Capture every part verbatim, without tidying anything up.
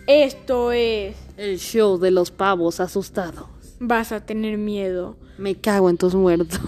Esto es... El show de los pavos asustados. Vas a tener miedo. Me cago en tus muertos.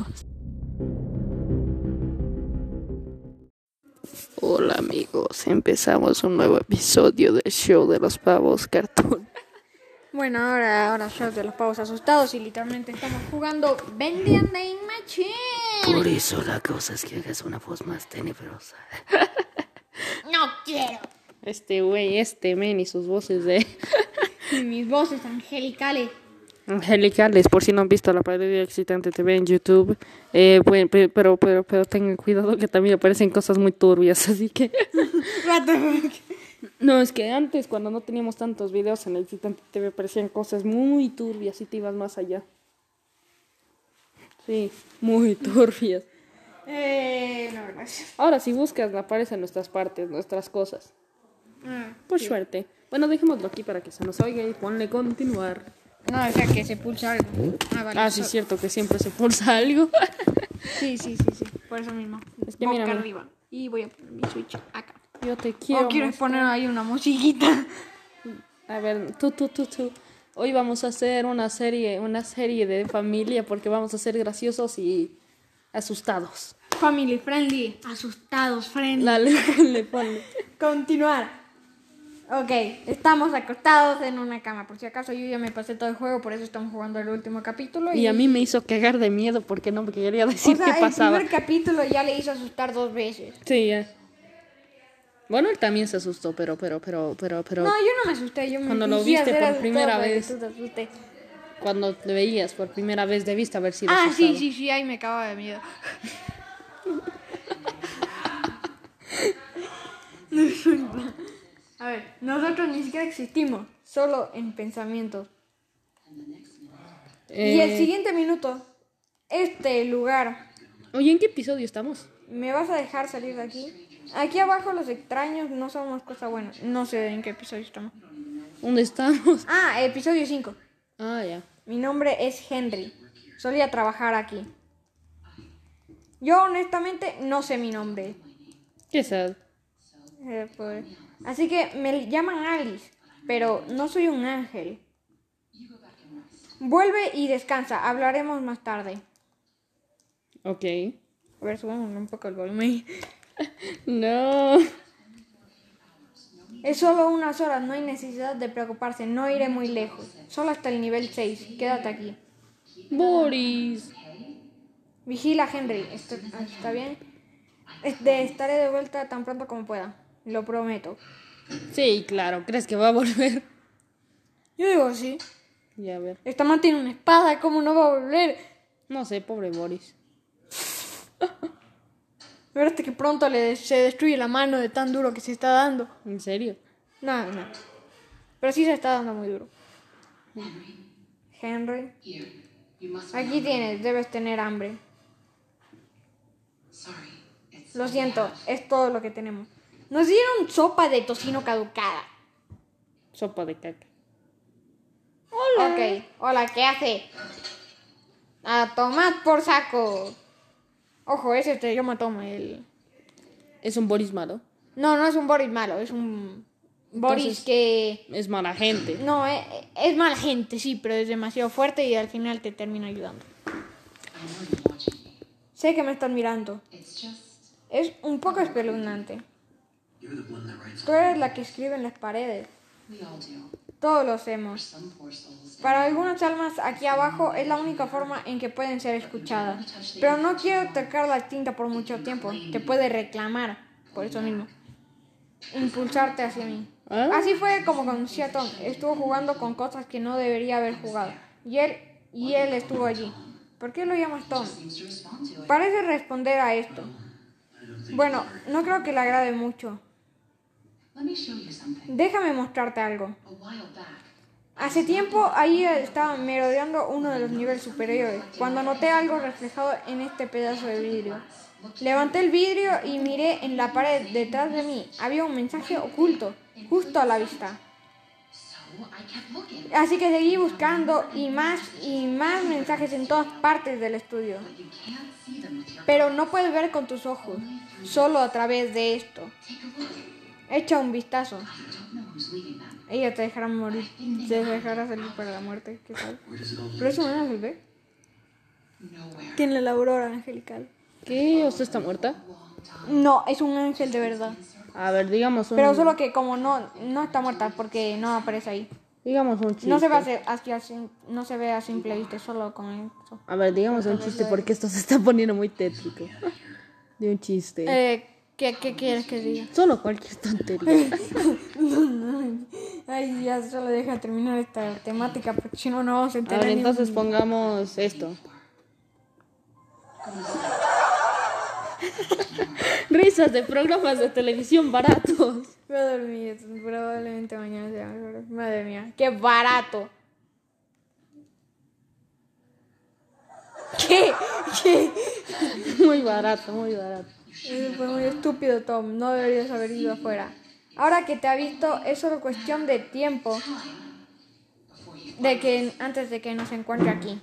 Hola amigos, empezamos un nuevo episodio del show de los pavos cartoon. Bueno, ahora, ahora show de los pavos asustados y literalmente estamos jugando Vending Machine. Por eso la cosa es que hagas una voz más tenebrosa. No quiero. Este güey, este men y sus voces de... Y mis voces angelicales. Angelicales, por si no han visto la parodia excitante T V en YouTube, eh, bueno, pero, pero, pero, pero tengan cuidado que también aparecen cosas muy turbias, así que... What the fuck? No, es que antes, cuando no teníamos tantos videos en el excitante T V, aparecían cosas muy turbias y te ibas más allá. Sí, muy turbias. Eh, no, gracias. Ahora, si buscas, aparecen nuestras partes, nuestras cosas. Ah, Por sí. suerte. Bueno, dejémoslo aquí para que se nos oiga y ponle continuar. No, o sea que se pulsa algo. Ah, vale. Ah, sí, es cierto que siempre se pulsa algo. Sí, sí, sí, sí. Por eso mismo. Es que Boca mira, mira. arriba. Y voy a poner mi switch acá. Yo te quiero. ¿O quieres mostrar. poner ahí una musiquita? A ver, tú, tú, tú, tú. Hoy vamos a hacer una serie, una serie de familia porque vamos a ser graciosos y asustados. Family friendly. Asustados friendly. Dale, ponle, ponle. Continuar. Ok, estamos acostados en una cama. Por si acaso yo ya me pasé todo el juego, por eso estamos jugando el último capítulo. Y, Y a mí me hizo cagar de miedo porque no me quería decir o sea, qué el pasaba. primer capítulo ya le hizo asustar dos veces. Sí, ya. Bueno, él también se asustó, pero, pero, pero, pero, pero... No, yo no me asusté, yo me Cuando lo fingí viste hacer por asustado primera para que vez. tú te asustes. Cuando te veías por primera vez debiste haber sido Ah, asustado. sí, sí, sí, ahí me cagaba de miedo. A ver, nosotros ni siquiera existimos, solo en pensamientos. Eh, Y el siguiente minuto, este lugar, Oye, ¿en qué episodio estamos? ¿me vas a dejar salir de aquí? Aquí abajo los extraños no somos cosa buena. No sé en qué episodio estamos. ¿Dónde estamos? Ah, episodio cinco. Ah, ya. Mi nombre es Henry. Solía trabajar aquí. Yo honestamente no sé mi nombre. Qué sad. Eh, pues, así que me llaman Alice, pero no soy un ángel. Vuelve y descansa. Hablaremos más tarde. Ok. A ver, subamos un poco el volumen. No. Es solo unas horas, no hay necesidad de preocuparse. No iré muy lejos. Solo hasta el nivel seis. Quédate aquí. Boris. Vigila, Henry. ¿Está, está bien? Este, estaré de vuelta tan pronto como pueda. Lo prometo. Sí, claro. ¿Crees que va a volver? Yo digo sí. Ya, a ver. Esta man tiene una espada. ¿Cómo no va a volver? No sé, pobre Boris. Fíjate que pronto le se destruye la mano de tan duro que se está dando. ¿En serio? No, no. Pero sí se está dando muy duro. Henry. Aquí tienes, debes tener hambre. Lo siento, es todo lo que tenemos. Nos dieron sopa de tocino caducada. Sopa de caca. Hola. Ok, hola, ¿qué hace? A tomar por saco. Ojo, ese te yo me tomo el... ¿Es un Boris malo? No, no es un Boris malo, es un Boris Entonces- que... Es mala gente. No, es, es mala gente, sí, pero es demasiado fuerte y al final te termina ayudando. Sé que me están mirando. Es un poco espeluznante. Tú eres la que escribe en las paredes. Todos lo hacemos. Para algunas almas aquí abajo es la única forma en que pueden ser escuchadas. Pero no quiero tocar la tinta por mucho tiempo. Te puede reclamar, por eso mismo. Impulsarte hacia mí. ¿Ah? Así fue como conocí a Tom. Estuvo jugando con cosas que no debería haber jugado. Y él, y él estuvo allí. ¿Por qué lo llamas Tom? Parece responder a esto. Bueno, no creo que le agrade mucho. Déjame mostrarte algo. Hace tiempo ahí estaba merodeando uno de los niveles superiores, cuando noté algo reflejado en este pedazo de vidrio. Levanté el vidrio y miré en la pared detrás de mí. Había un mensaje oculto, justo a la vista. Así que seguí buscando y más y más mensajes en todas partes del estudio. Pero no puedes ver con tus ojos, solo a través de esto. Echa un vistazo. Ella te dejará morir. Te dejará salir para la muerte. ¿Qué tal? Pero es un ángel, ¿ve? Tiene la aurora angelical. ¿Qué? ¿Usted está muerta? No, es un ángel de verdad. A ver, digamos un... Pero solo que como no, no está muerta porque no aparece ahí. Digamos un chiste. No se ve así, así, así, no se ve a simple vista, solo con eso. A ver, digamos un chiste porque esto se está poniendo muy tétrico. De un chiste. Eh, ¿qué, ¿Qué quieres que diga? Solo cualquier tontería. no, no. Ay, ya solo deja terminar esta temática porque si no, no vamos a A enterar. ver, entonces un... pongamos esto. Risas de programas de televisión baratos. Voy a dormir, probablemente mañana sea mejor. Madre mía, qué barato. ¿Qué? ¿Qué? Muy barato, muy barato. Eso fue muy estúpido, Tom. No deberías haber ido afuera. Ahora que te ha visto, es solo cuestión de tiempo. De que antes de que nos encuentre aquí.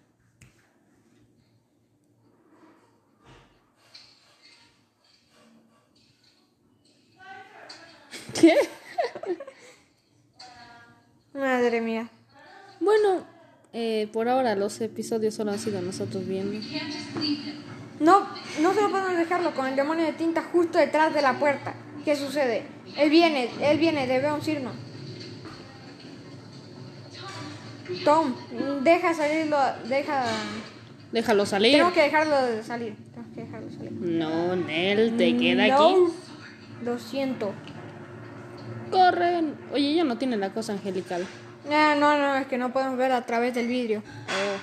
¿Qué? Madre mía. Bueno, eh, por ahora los episodios solo han sido nosotros viendo. No, no solo podemos dejarlo con el demonio de tinta justo detrás de la puerta. ¿Qué sucede? Él viene, él viene, debe un signo. Tom, deja salirlo, deja... Déjalo salir. Tengo que dejarlo de salir. Tengo que dejarlo salir. No, Nel, te queda no. aquí. Lo siento. Corren. Oye, ella no tiene la cosa angelical. No, no, no, es que no podemos ver a través del vidrio. Oh.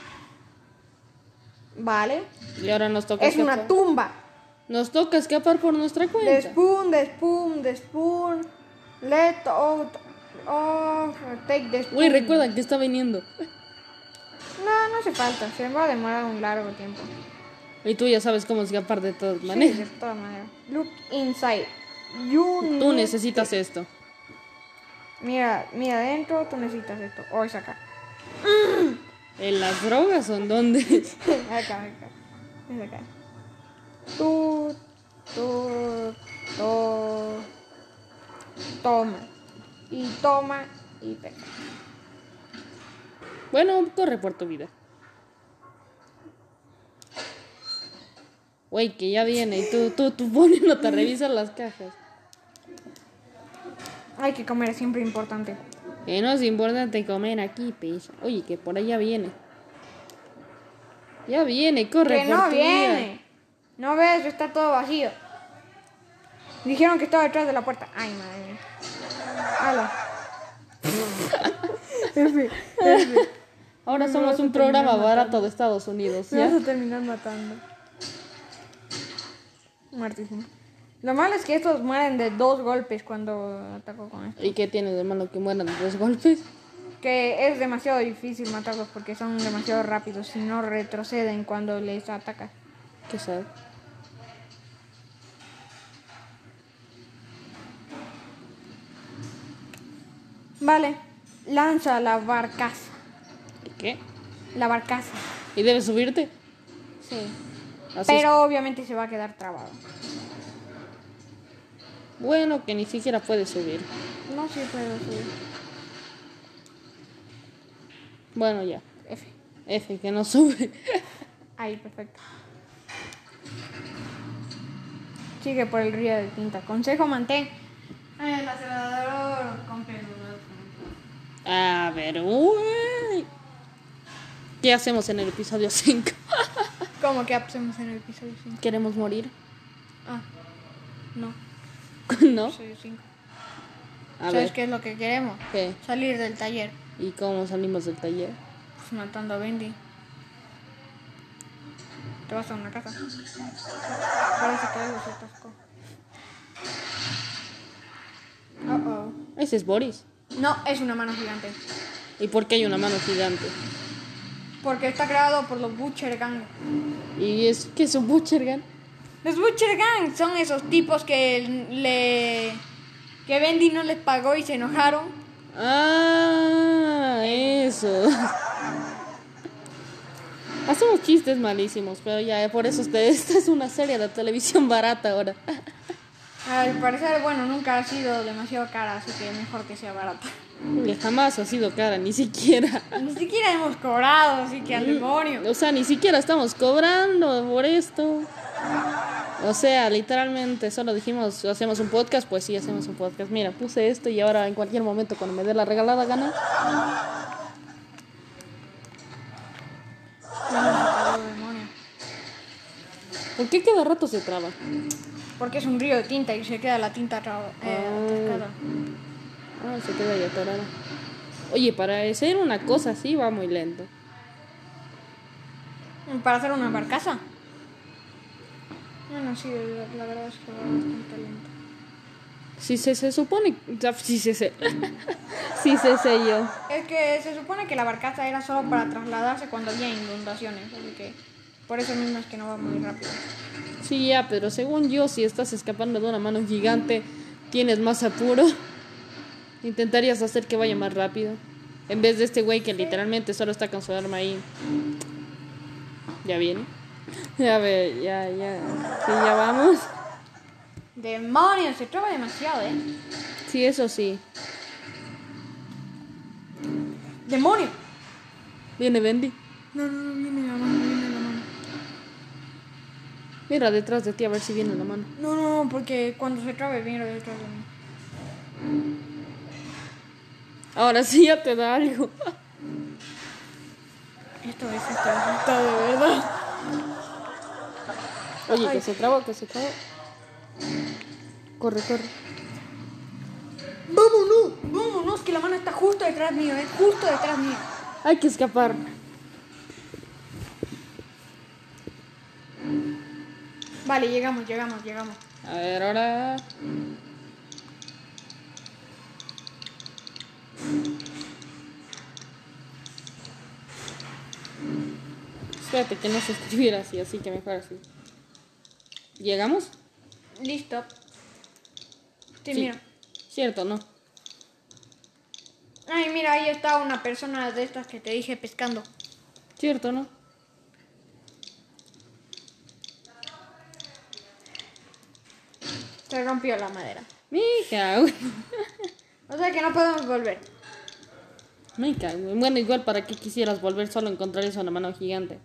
Vale. Y ahora nos toca Es escapar. una tumba. Nos toca escapar por nuestra The cuenta. spoon, the spoon, the spoon. Let out. Oh, take the spoon. Uy, recuerda que está viniendo. No, no hace falta. Se va a demorar un largo tiempo. Y tú ya sabes cómo escapar de todas Sí, maneras. de todas maneras. Look inside. You Tú need necesitas to- esto. Mira, mira adentro, tú necesitas esto. O es acá. ¿En las drogas o en dónde? acá, acá. Es acá. Tú, tú, tú. Toma. Y toma y pega. Bueno, corre por tu vida. Güey, que ya viene y tú, tú, tú poniéndote a revisar las cajas. Hay que comer, es siempre importante. Que no es importante comer aquí, pez. Oye, que por allá viene. Ya viene, corre Que por no tu viene. vida. No ves, está todo vacío. Dijeron que estaba detrás de la puerta. Ay, madre mía. Hala. F, F. Ahora Me somos vas a un programa terminar barato de Estados Unidos, Me vas ¿ya? a terminar matando. Muertísimo. Lo malo es que estos mueren de dos golpes cuando ataco con esto. ¿Y qué tiene de malo que mueran de dos golpes? Que es demasiado difícil matarlos porque son demasiado rápidos y no retroceden cuando les atacas. ¿Qué sabe? Vale, lanza la barcaza. ¿Qué? La barcaza. ¿Y debes subirte? Sí. Así es. Pero obviamente se va a quedar trabado. Bueno, que ni siquiera puedes subir. No, sí puedo subir. Bueno, ya. F. F, que no sube. Ahí, perfecto. Sigue por el río de tinta. Consejo, mantén. Ay, el acelerador con peludo. A ver, uy. ¿Qué hacemos en el episodio cinco? ¿Cómo que hacemos en el episodio cinco? ¿Queremos morir? Ah, no. ¿No? Episodio cinco. A ¿Sabes ver, qué es lo que queremos? ¿qué? Salir del taller. ¿Y cómo salimos del taller? Pues matando a Bendy. Te vas a una casa. Parece que algo se atascó. Uh oh. Ese es Boris. No, es una mano gigante. ¿Y por qué hay una mano gigante? Porque está creado por los Butcher Gang. ¿Y es que es un Butcher Gun? Los Butcher Gang son esos tipos que le... que Bendy no les pagó y se enojaron. Ah, eso. Hacemos chistes malísimos, pero ya, por eso ustedes, esta es una serie de televisión barata ahora. Al parecer, bueno, nunca ha sido demasiado cara, así que mejor que sea barata. Uy, jamás ha sido cara, ni siquiera. Ni siquiera hemos cobrado, así que al demonio. O sea, ni siquiera estamos cobrando por esto. O sea, literalmente solo dijimos, hacemos un podcast, pues sí, hacemos un podcast. Mira, puse esto y ahora en cualquier momento cuando me dé la regalada gana. ¿Por qué cada rato se traba? Porque es un río de tinta y se queda la tinta traba, eh, atascada. Ah, se queda ahí atorada. Oye, para hacer una cosa así va muy lento. ¿Para hacer una barcaza? Bueno, sí, la, la verdad es que va bastante lento. Si se, se supone... Si se se... si se selló. Es que se supone que la barcaza era solo para trasladarse cuando había inundaciones, así que por eso mismo es que no va muy rápido. Sí, ya, pero según yo, si estás escapando de una mano gigante, tienes más apuro. Intentarías hacer que vaya más rápido. En vez de este güey que literalmente solo está con su arma ahí. Ya viene. Ya ve, ya, ya. Sí, ya vamos. Demonios, se traba demasiado, ¿eh? Sí, eso sí. ¡Demonio! Viene Bendy. No, no, no, viene la mano, viene la mano. Mira detrás de ti a ver si viene la mano. No, no, no, porque cuando se trabe viene detrás de mí. Ahora sí ya te da algo. Esto es esto, esto de verdad. Oye, Ay. que se traba, que se traba. Corre, corre. ¡Vámonos! ¡Vámonos! Que la mano está justo detrás mío, ¿eh? Justo detrás mío. Hay que escapar. Vale, llegamos, llegamos, llegamos. A ver, ahora... Espérate que no se escribiera así, así que mejor así. ¿Llegamos? Listo. Sí, Sí. mira. Cierto, ¿no? Ay, mira, ahí está una persona de estas que te dije pescando. Cierto, ¿no? Se rompió la madera. Me cago. O sea que no podemos volver. Me cago. Bueno, igual para que quisieras volver, solo encontrarías una mano gigante.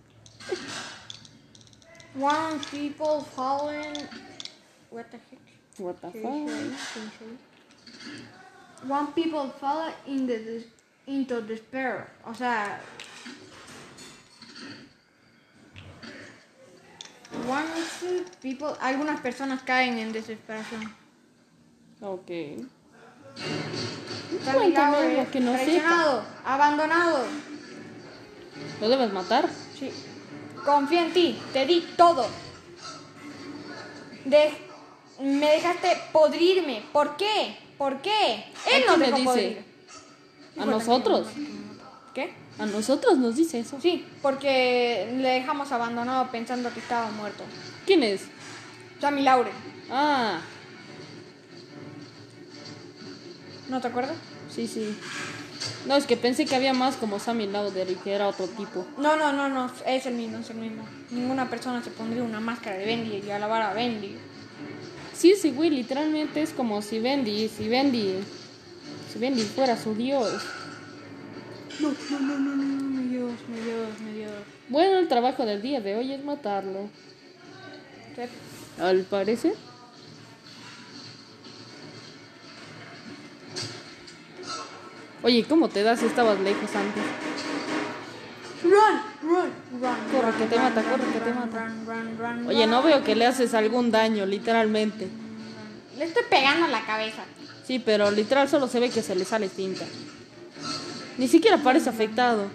One people fallen. What the heck? What the Can fuck? you show it? Can you show it? One people fall in the des- into despair. O sea. One people. Algunas personas caen en desesperación. Ok. Sammy Cuéntame Lauer, algo que no traicionado, abandonado. ¿Lo debes matar? Sí. Confío en ti, te di todo. De- me dejaste podrirme. ¿Por qué? ¿Por qué? Él ¿A nos quién le dejó dice? podrir. ¿A Bueno, nosotros? ¿Qué? A nosotros nos dice eso. Sí, porque le dejamos abandonado pensando que estaba muerto. ¿Quién es? Sammy Lauren, Ah, ¿no te acuerdas? sí, sí. No, es que pensé que había más como Sammy Lauder y que era otro tipo. No, no, no, no, es el mismo, es el mismo. Ninguna persona se pondría una máscara de Bendy y alabar a Bendy. Sí, ese güey literalmente es como si Bendy, si Bendy, si Bendy fuera su dios. No, no, no, no, no, mi Dios, mi Dios, mi Dios. Bueno, el trabajo del día de hoy es matarlo. ¿Qué? Al parecer. Oye, ¿cómo te das si estabas lejos antes? Run, run, run. Corre, run, que te run, mata, run, corre, que te run, mata. run, run, run, Oye, no run. veo que le haces algún daño, literalmente. Le estoy pegando en la cabeza. Sí, pero literal solo se ve que se le sale tinta. Ni siquiera parece afectado.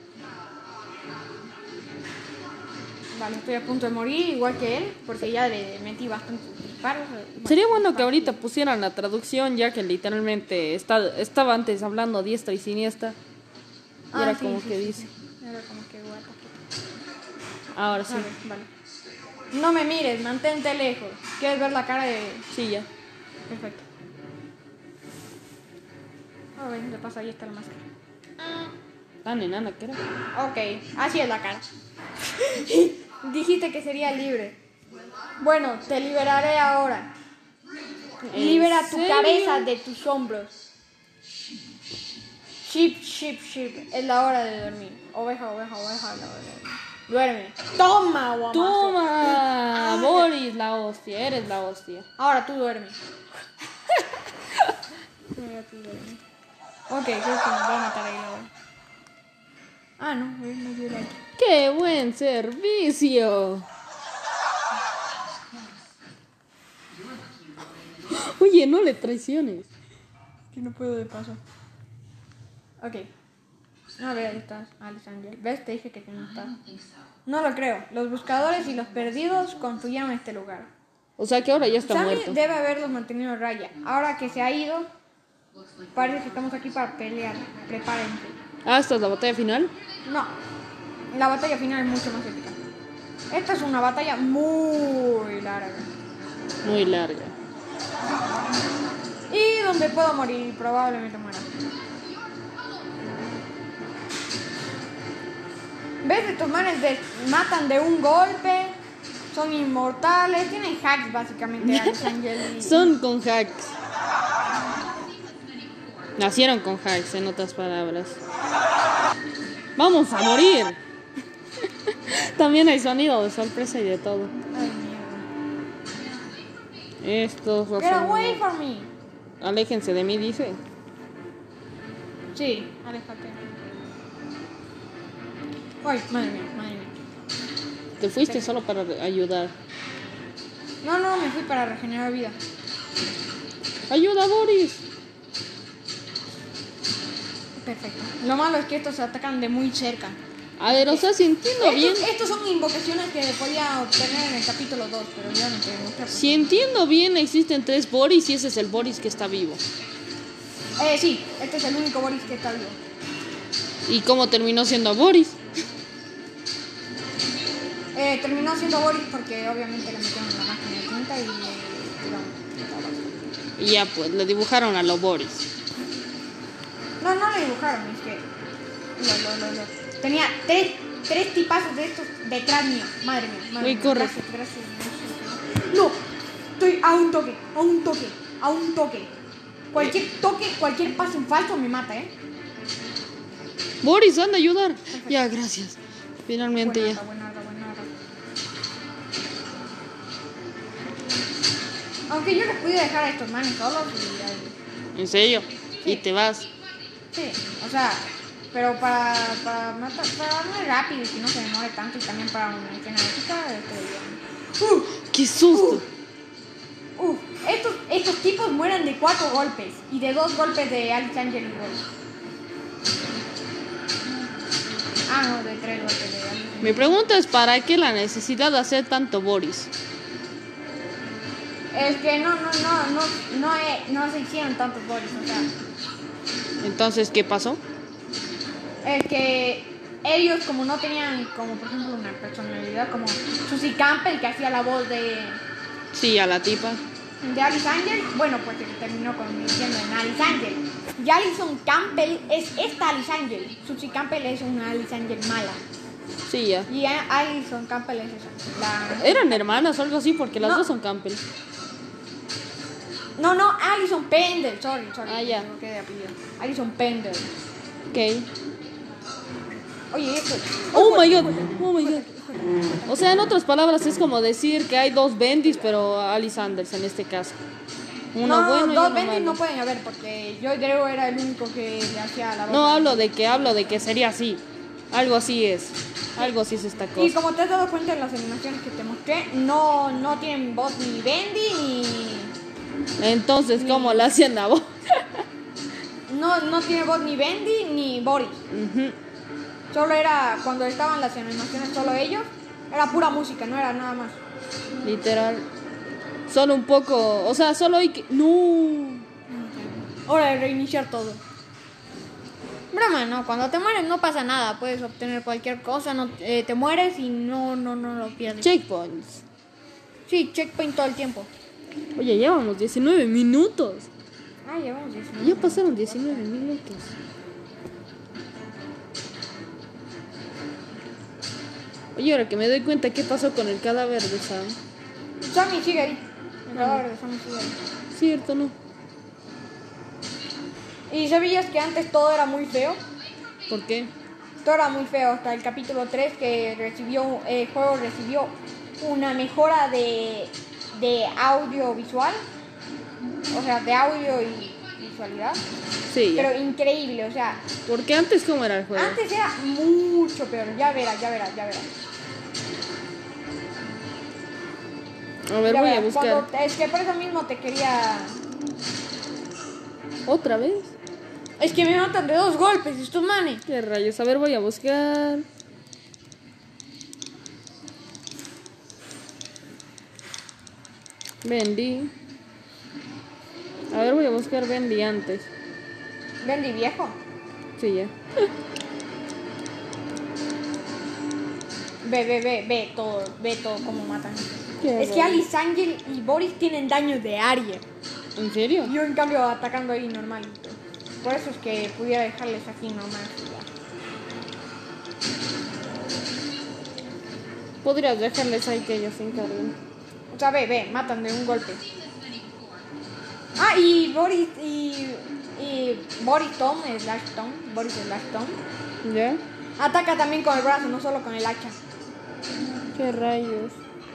Vale, estoy a punto de morir, igual que él, porque ya le metí bastantes disparos. Sería bueno que ahorita pusieran la traducción, ya que literalmente está, estaba antes hablando diestra y siniestra. Y Ah, era sí, como sí, que sí, dice. sí. Era como que what the fuck. Ahora sí. Vale, vale. No me mires, mantente lejos. ¿Quieres ver la cara de...? Sí, ya. Perfecto. A ver, de paso ahí está la máscara. Tan enana que era. Ok, así es la cara. Dijiste que sería libre. Bueno, te liberaré ahora. ¿En Libera tu serio? cabeza de tus hombros. Sheep, sheep, sheep. Es la hora de dormir. Oveja, oveja, oveja, la hora de dormir. Duerme. Toma, guamazo. Toma, Boris, la hostia, eres la hostia. Ahora tú duermes. Ahora tú duermes. Ok, creo que nos va a matar ahí ahora. Ah, no, él me dio like. ¡Qué buen servicio! Oye, no le traiciones. Que no puedo de paso. Ok. A ver, ahí estás, Alice Angel. ¿Ves? Te dije que tú no estás. No lo creo. Los buscadores y los perdidos construyeron este lugar. O sea que ahora ya está Sammy muerto. debe haberlos mantenido en raya. Ahora que se ha ido, parece que estamos aquí para pelear. Prepárense. Ah, ¿esta es la batalla final? No. La batalla final es mucho más épica. Esta es una batalla muy larga. Muy larga. Y donde puedo morir, probablemente muera. ¿Ves? Estos manes de, matan de un golpe. Son inmortales. Tienen hacks básicamente. Alice Angel y... Son con hacks. Nacieron con hacks, en otras palabras. ¡Vamos a morir! También hay sonido de sorpresa y de todo. Ay, mierda. Estos Get away from me. Aléjense de mí, dice. Sí, aléjate. Ay, madre mía, madre mía. Te fuiste solo para ayudar. No, no, me fui para regenerar vida. ¡Ayuda, Boris! Perfecto. Lo malo es que estos se atacan de muy cerca. A ver, o sea, si entiendo bien... Estos, estos son invocaciones que podía obtener en el capítulo dos, pero ya no te demostré. Si entiendo bien, existen tres Boris y ese es el Boris que está vivo. Eh, sí, este es el único Boris que está vivo. ¿Y cómo terminó siendo Boris? Eh, terminó siendo Boris porque obviamente le metieron la máquina de tinta y le tiraron. Y ya pues, le dibujaron a lo Boris. No, no le dibujaron, es que... Lo, lo, lo, lo. Tenía tres, tres tipazos de estos detrás mío. Madre mía, madre Uy, mía. corre. Gracias, gracias. No, estoy a un toque, a un toque, a un toque. Cualquier toque, cualquier paso en falso me mata, ¿eh? Boris, anda a ayudar. Perfecto. Ya, gracias. Finalmente buena ya. Arda, buena arda, buena arda. Aunque yo les pude dejar a estos manes solos y ahí. ¿En serio? Sí. Y te vas. Sí, o sea, pero para, para matar, para darme rápido y que no se demore tanto y también para una escena épica, estoy bien. Uh, ¡Qué susto! Uh, uh, estos, estos tipos mueren de cuatro golpes y de dos golpes de Alice Angel y Boris. Ah, no, de tres golpes de Alice Angel. Mi pregunta es, ¿para qué la necesidad de hacer tanto Boris? Es que no, no, no, no, no, he, no se hicieron tantos Boris, o sea... Entonces, ¿qué pasó? Es que ellos como no tenían, como por ejemplo una personalidad como Susie Campbell que hacía la voz de... Sí, a la tipa. De Alice Angel, bueno pues terminó convirtiendo en Alice Angel. Y Alison Campbell es esta Alice Angel. Susie Campbell es una Alice Angel mala. Sí, ya. Y Alison Campbell es esa. La... ¿Eran hermanas o algo así? Porque las no. dos son Campbell. No, no, Alison Pendel, sorry, sorry. Ah, ya. No quedé apellido. Alison Pendel. Ok. Oye, esto... Oh my god, oh my god. O sea, en otras palabras, es como decir que hay dos Bendis, pero Alice Anders en este caso. Uno no, bueno y dos uno Bendis malo. no pueden haber porque Joy Drew era el único que le hacía la voz. No hablo de que hablo de que sería así. Algo así es. Algo así es esta cosa. Y como te has dado cuenta en las animaciones que te mostré, no, no tienen voz ni Bendy ni... Entonces, ni... ¿cómo la hacían la voz? no, no tiene voz ni Bendy ni Boris. Uh-huh. Solo era, cuando estaban las animaciones, solo ellos. Era pura música, no era nada más. Literal. Solo un poco, o sea, solo hay que... No. Hora de reiniciar todo. Broma, no, cuando te mueres no pasa nada. Puedes obtener cualquier cosa, no, eh, te mueres y no, no, no lo pierdes. Checkpoints. Sí, checkpoint todo el tiempo. Oye, llevamos diecinueve minutos. Ah, llevamos diecinueve. Ya pasaron diecinueve minutos. Oye, ahora que me doy cuenta, ¿qué pasó con el cadáver de Sam? Sammy sigue ahí. El cadáver de Sammy sigue ahí. Cierto, ¿no? ¿Y sabías que antes todo era muy feo? ¿Por qué? Todo era muy feo hasta el capítulo tres que recibió, el juego recibió una mejora de, de audiovisual. O sea, de audio y visualidad. Sí. Pero increíble, o sea. Porque antes, ¿cómo era el juego? Antes era mucho peor. Ya verás, ya verás, ya verás. A ver, ya voy verás. a buscar. Cuando, es que por eso mismo te quería. ¿Otra vez? Es que me matan de dos golpes estos manes. ¿Qué rayos? A ver, voy a buscar. Bendy. A ver, voy a buscar Bendy antes. Bendy viejo. Sí, ya. Ve, ve, ve, ve todo, ve todo cómo matan. Qué Es que Alice Angel y Boris tienen daño de área. ¿En serio? Yo en cambio atacando ahí normal. Por eso es que pudiera dejarles aquí normal. Podrías dejarles ahí que ellos se encarguen. O sea, ve, ve, matan de un golpe. Ah, y Boris y, y Boris Tom, Slash Tom, Boris Slash Tom. ¿Ya? Ataca también con el brazo, no solo con el hacha. ¿Qué rayos?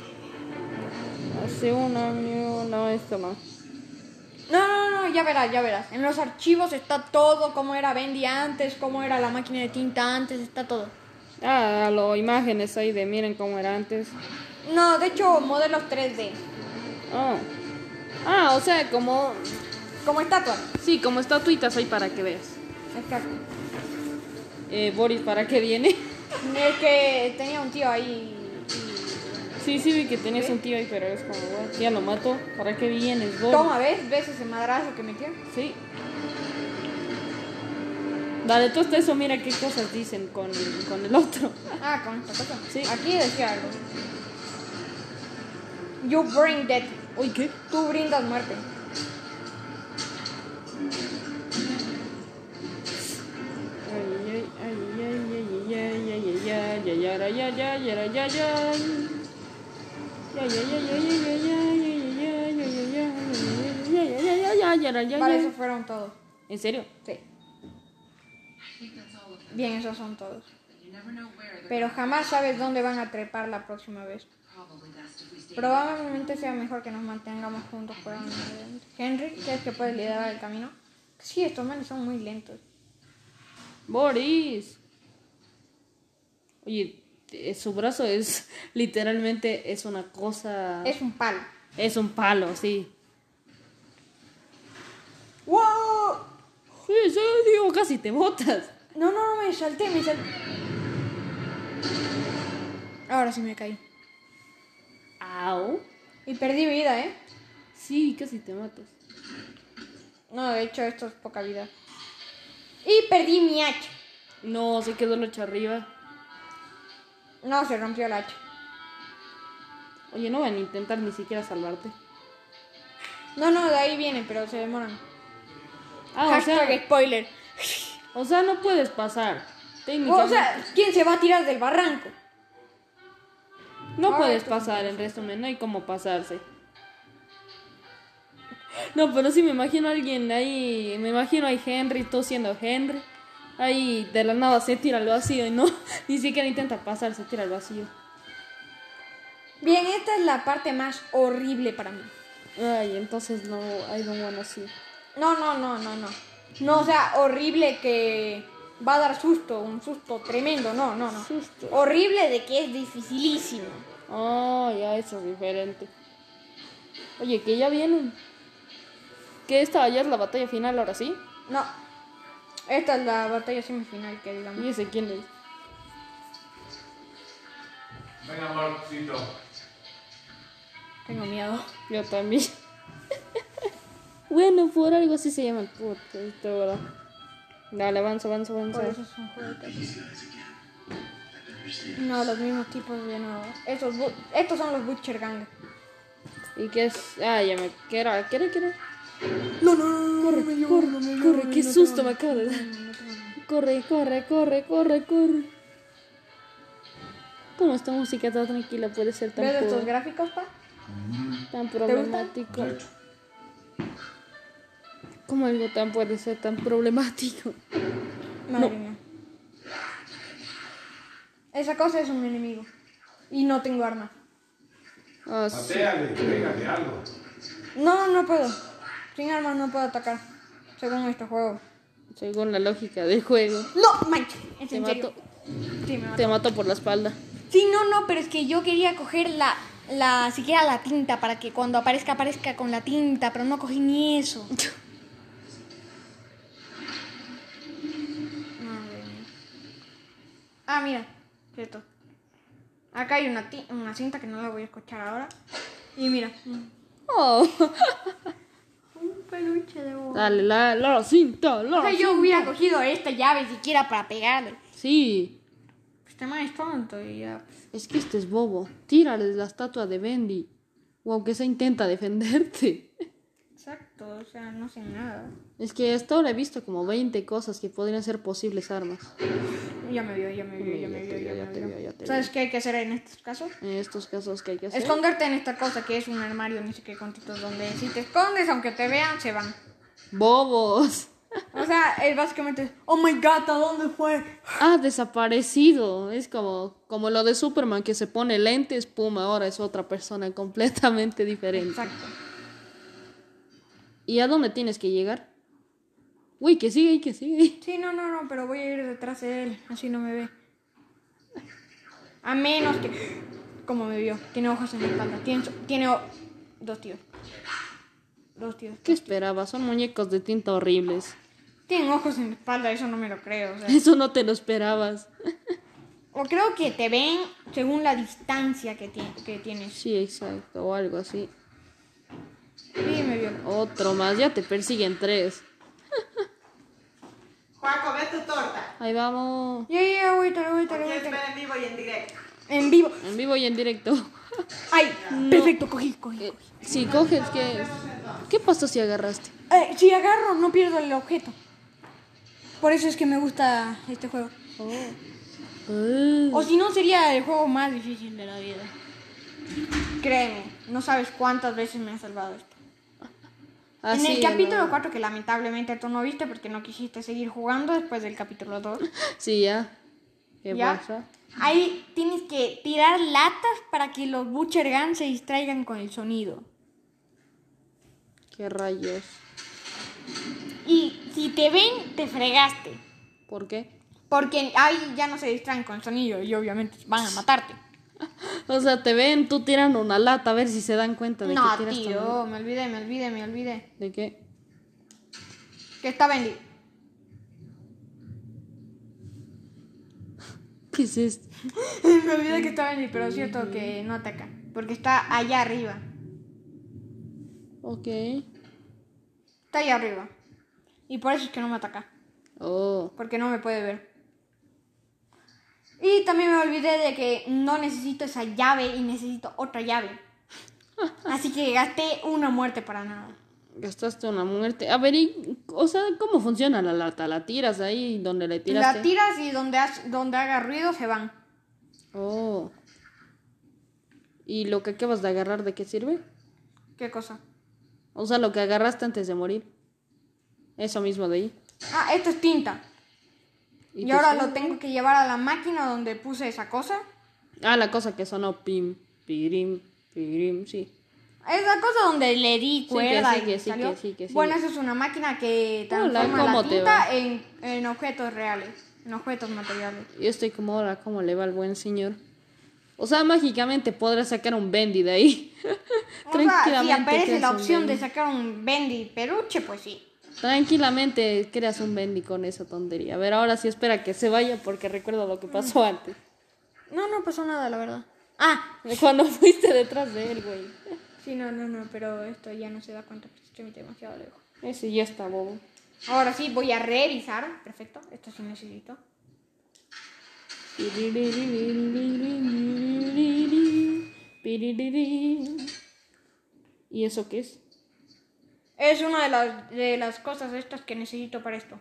Hace un año... No, esto no. No, no, no, ya verás, ya verás. En los archivos está todo, cómo era Bendy antes, cómo era la máquina de tinta antes, está todo. Ah, las imágenes ahí de miren cómo era antes. No, de hecho, modelos tres D. Oh. Ah, o sea, como... Como estatua. Sí, como estatuitas ahí para que veas. Exacto. Eh, Boris, ¿para qué viene? Es que tenía un tío ahí. Sí, sí vi que tenías un tío ahí, pero es como, bueno, ya lo mato. ¿Para qué vienes, Boris? Toma, ¿ves? ¿Ves ese madrazo que metió? Sí. Dale, tú hasta eso, mira qué cosas dicen con, con el otro. Ah, con esta cosa. Sí. Aquí decía algo. You bring death. Uy, ¿qué? Tú brindas muerte. Ay, ay, ay, ay, ay, ay, ay, ay, ay, ay, ay, ay, ay, ay, ay, ay, ay. Vale, esos fueron todos. ¿En serio? Sí. Bien, esos son todos. Pero jamás sabes dónde van a trepar la próxima vez. Probablemente sea mejor que nos mantengamos juntos por un momento. Henry, ¿crees que puedes liderar el camino? Sí, estos manes son muy lentos. Boris. Oye, su brazo es literalmente es una cosa. Es un palo. Es un palo, sí. ¡Wow! Sí, sí, digo, casi te botas. No, no, no, me salté, me salté. Ahora sí me caí. Au. Y perdí vida, ¿eh? Sí, casi te matas. No, de hecho, esto es poca vida. Y perdí mi hacha. No, se quedó el hacha arriba. No, se rompió el hacha. Oye, no van a intentar ni siquiera salvarte. No, no, de ahí viene, pero se demoran. Ah, Hashtag o sea, spoiler. o sea, no puedes pasar. Técnicamente. O sea, ¿quién se va a tirar del barranco? No Ahora puedes esto pasar, en resumen, no hay cómo pasarse. No, pero sí me imagino a alguien ahí, me imagino a Henry, tú siendo Henry. Ahí de la nada se tira al vacío y no, ni siquiera intenta pasar, se tira al vacío. Bien, esta es la parte más horrible para mí. Ay, entonces no, I don't wanna see. No, no, no, no, no. No, o sea, horrible que va a dar susto, un susto tremendo, no, no, no. Susto. Horrible de que es dificilísimo. Ah, ya, eso es diferente. Oye, que ya vienen. ¿Que esta ya es la batalla final ahora sí? No, esta es la batalla semifinal que digamos. ¿Y ese quién es? Venga, amorcito. Tengo miedo. Yo también. Bueno, por algo así se llama el podcast, esto, ¿verdad? Dale, avanza, avanza, avanza. Por eso es un juego de No, los mismos tipos de nuevo. Estos, bu- estos son los Butcher Gang. ¿Y qué es? Ah, ya me... ¿Qué era? ¿Qué era? ¿Qué era? No, no, no, Corre, corre, corre, qué susto me acabo de dar. Corre, corre, corre, corre, corre. ¿Cómo esta música tan tranquila puede ser tan, ¿Ves pro- estos gráficos, pa? tan gustan? problemático? ¿Cómo algo tan puede ser tan problemático? Madre No. mía. Esa cosa es un enemigo. Y no tengo armas. Ah, sí. Pateale, pégale algo. No, no puedo. Sin armas no puedo atacar. Según este juego. Según la lógica del juego. No, manches. ¿Es Te en serio? mato, Sí, me mató. te mato por la espalda. Sí, no, no, pero es que yo quería coger la, la, siquiera la tinta para que cuando aparezca, aparezca con la tinta, pero no cogí ni eso. Madre mía. Ah, mira, cierto. Acá hay una, ti- una cinta que no la voy a escuchar ahora. Y mira. Oh. Un peluche de boba. Dale, la, la cinta, la O sea, yo cinta. hubiera cogido esta llave siquiera para pegarle. Sí. Este man es tonto y ya. Es que este es bobo. Tírale la estatua de Bendy. O aunque sea intenta defenderte. Exacto, o sea, no sé nada. Es que hasta ahora he visto como veinte cosas que podrían ser posibles armas. Ya me vio, ya me vio, ya me vio, ya me vio. ¿Sabes qué hay que hacer en estos casos? En estos casos que hay que hacer. Esconderte en esta cosa que es un armario, ni sé qué contitos, donde si te escondes, aunque te vean, se van. Bobos. O sea, es básicamente, oh my god, ¿a dónde fue? Ah, desaparecido. Es como, como lo de Superman que se pone lentes, pum, ahora es otra persona completamente diferente. Exacto. ¿Y a dónde tienes que llegar? Uy, que sigue, que sigue. Sí, no, no, no, pero voy a ir detrás de él, así no me ve. A menos que, como me vio, tiene ojos en la espalda, tiene, tiene o- dos tíos. Dos tíos. ¿Qué esperabas? Son muñecos de tinta horribles. Tienen ojos en la espalda, eso no me lo creo. O sea. Eso no te lo esperabas. O creo que te ven según la distancia que, ti- que tienes. Sí, exacto, o algo así. Sí, me vio. Otro más, ya te persiguen tres. Juaco, ve tu torta. Ahí vamos. Ya, ya, ahorita, ahorita, Aquí ahorita. espera en vivo y en directo. En vivo. En vivo y en directo. Ay, perfecto, cogí, cogí. Eh, si coges, ¿qué? ¿Qué pasó si agarraste? Eh, si agarro, no pierdo el objeto. Por eso es que me gusta este juego. Ah. O si no, sería el juego más difícil de la vida. Créeme, no sabes cuántas veces me ha salvado esto. Ah, en sí, el capítulo no. cuatro, que lamentablemente tú no viste porque no quisiste seguir jugando después del capítulo dos. Sí, ya. ¿Qué ¿Ya? pasa? Ahí tienes que tirar latas para que los Butcher Guns se distraigan con el sonido. ¿Qué rayos? Y si te ven, te fregaste. ¿Por qué? Porque ahí ya no se distraen con el sonido y obviamente van a matarte. O sea, te ven, tú tiran una lata a ver si se dan cuenta de No, que tiras tío, tu- me olvidé, me olvidé, me olvidé. ¿De qué? Que está Bendy. ¿Qué es esto? Me olvidé que está Bendy, pero es cierto que no ataca. Porque está allá arriba. Ok. Está allá arriba. Y por eso es que no me ataca. Oh. Porque no me puede ver. Y también me olvidé de que no necesito esa llave y necesito otra llave. Así que gasté una muerte para nada. Gastaste una muerte. A ver, y, o sea, ¿cómo funciona la lata? ¿La tiras ahí donde le tiraste? La tiras y donde, has- donde haga ruido se van. Oh. ¿Y lo que acabas de agarrar de qué sirve? ¿Qué cosa? O sea, lo que agarraste antes de morir. Eso mismo de ahí. Ah, esto es tinta. Y, te ahora sirve? lo tengo que llevar a la máquina donde puse esa cosa. Ah, la cosa que sonó pim, pirim, pirim, sí. Esa cosa donde le di que cuerda sí, y que sí, salió. que sí, que sí. Bueno, esa es una máquina que Hola, transforma ¿cómo la te tinta va? en, en objetos reales, en objetos materiales. Yo estoy como ahora, ¿cómo le va al buen señor? O sea, mágicamente podrás sacar un bendy de ahí. O sea, si aparece creas la un opción de bendy. sacar un bendy peluche, pues sí. Tranquilamente creas un bendy con esa tontería. A ver, ahora sí espera que se vaya porque recuerdo lo que pasó antes. No, no pasó nada, la verdad. Ah, Cuando fuiste detrás de él, güey. sí, no, no, no, pero esto ya no se da cuenta porque estoy demasiado lejos. Ese ya está bobo. Ahora sí, voy a revisar. Perfecto, esto sí necesito. ¿Y eso qué es? Es una de las, de las cosas estas que necesito para esto.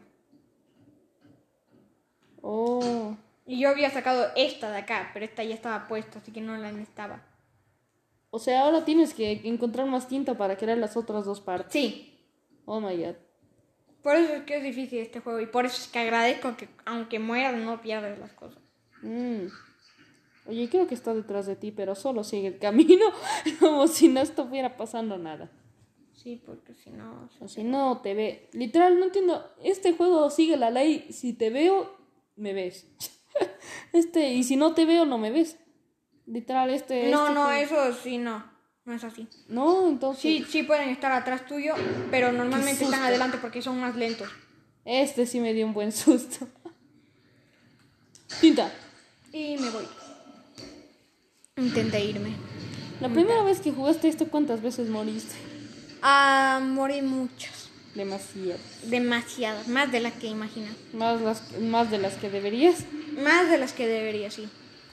Oh. Y yo había sacado esta de acá, pero esta ya estaba puesta, así que no la necesitaba. O sea, ahora tienes que encontrar más tinta para crear las otras dos partes. Sí. Oh my god. Por eso es que es difícil este juego y por eso es que agradezco que aunque mueras no pierdes las cosas. Mm. Oye, creo que está detrás de ti, pero solo sigue el camino, como si no estuviera pasando nada. Sí, porque si no... O si no, te ve... Literal, no entiendo. Este juego sigue la ley. Si te veo, me ves. Este, y si no te veo, no me ves. Literal, este... No, este no, juego... eso sí, no. No es así. No, entonces... Sí, sí pueden estar atrás tuyo, pero normalmente están adelante porque son más lentos. Este sí me dio un buen susto. Tinta. Y me voy. Intenté irme. La primera vez que jugaste esto, ¿cuántas veces moriste? Ah, morí muchas. Demasiado. Demasiadas. Más de las que imaginas. Más, las, más de las que deberías. Más de las que debería, sí.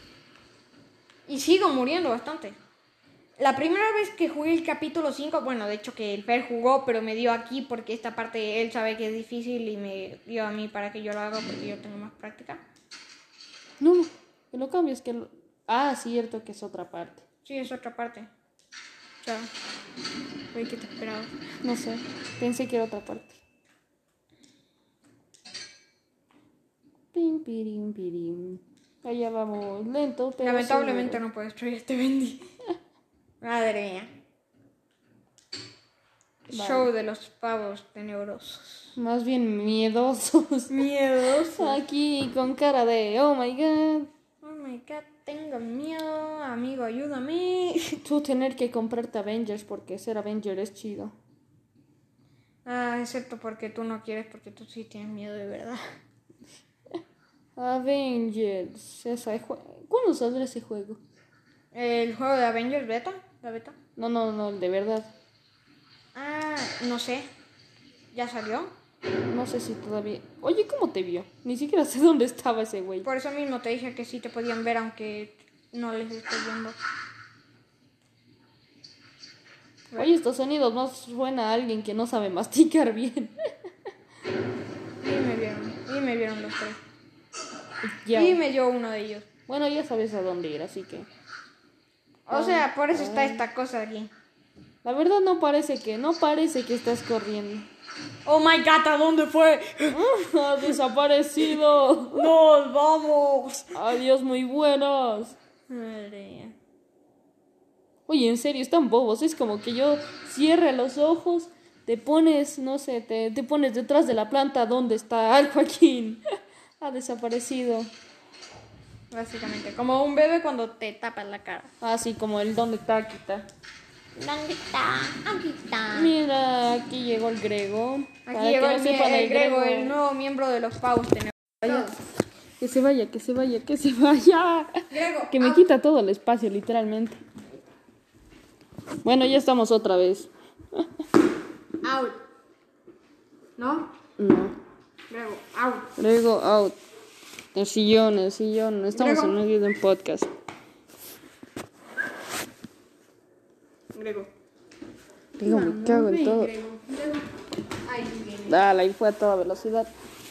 Y sigo muriendo bastante. La primera vez que jugué el capítulo cinco, bueno, de hecho que el Fer jugó, pero me dio aquí porque esta parte él sabe que es difícil y me dio a mí para que yo lo haga porque yo tengo más práctica. No, no, que lo cambies, que lo... Ah, cierto que es otra parte. Sí, es otra parte. O sea, oye, ¿qué te esperaba? No sé, pensé que era otra parte. Pim, pirim, pirim. Allá vamos, lento, pero Lamentablemente seguro. no puedo destruir este Bendy. Madre mía. Vale. Show de los pavos tenebrosos. Más bien miedosos. Miedosos. Aquí con cara de, oh my god. Oh my god, tengo miedo. Amigo, ayúdame. Tú tener que comprarte Avengers porque ser Avenger es chido. Ah, excepto porque tú no quieres, porque tú sí tienes miedo de verdad. Avengers. Esa es jue- ¿Cuándo saldrá ese juego? ¿El juego de Avengers beta? ¿La beta? No, no, no, el de verdad. Ah, no sé. ¿Ya salió? No sé si todavía... Oye, ¿cómo te vio? Ni siquiera sé dónde estaba ese güey. Por eso mismo te dije que sí te podían ver, aunque no les estés viendo. Oye, estos sonidos no suena a alguien que no sabe masticar bien. Y me vieron. Y me vieron los tres. Ya. Y me dio uno de ellos. Bueno, ya sabes a dónde ir, así que... O sea, por eso está esta cosa aquí. La verdad no parece que... No parece que estás corriendo. Oh my god, ¿a dónde fue? ¡Ha desaparecido! ¡Nos vamos! Adiós, muy buenos. Madre mía. Oye, en serio, están bobos. Es como que yo cierre los ojos, te pones, no sé, te, te pones detrás de la planta donde está el Joaquín. Ha desaparecido. Básicamente, como un bebé cuando te tapas la cara. Así como el donde está, aquí está. ¿Dónde está? Aquí está. Mira, aquí llegó el Grego. Aquí Para llegó que el, no sepan, el Grego, el nuevo miembro de los pavos tenebrosos. Que se vaya, que se vaya, que se vaya. Grego, Que me out. quita todo el espacio, literalmente. Bueno, ya estamos otra vez. Out. ¿No? No. Grego, out. Grego, out. El sillón, el sillón. Estamos Grego. en medio de un podcast. Grego. Digo, me cago en todo. Grego. Grego. Ahí viene. Dale, ahí fue a toda velocidad.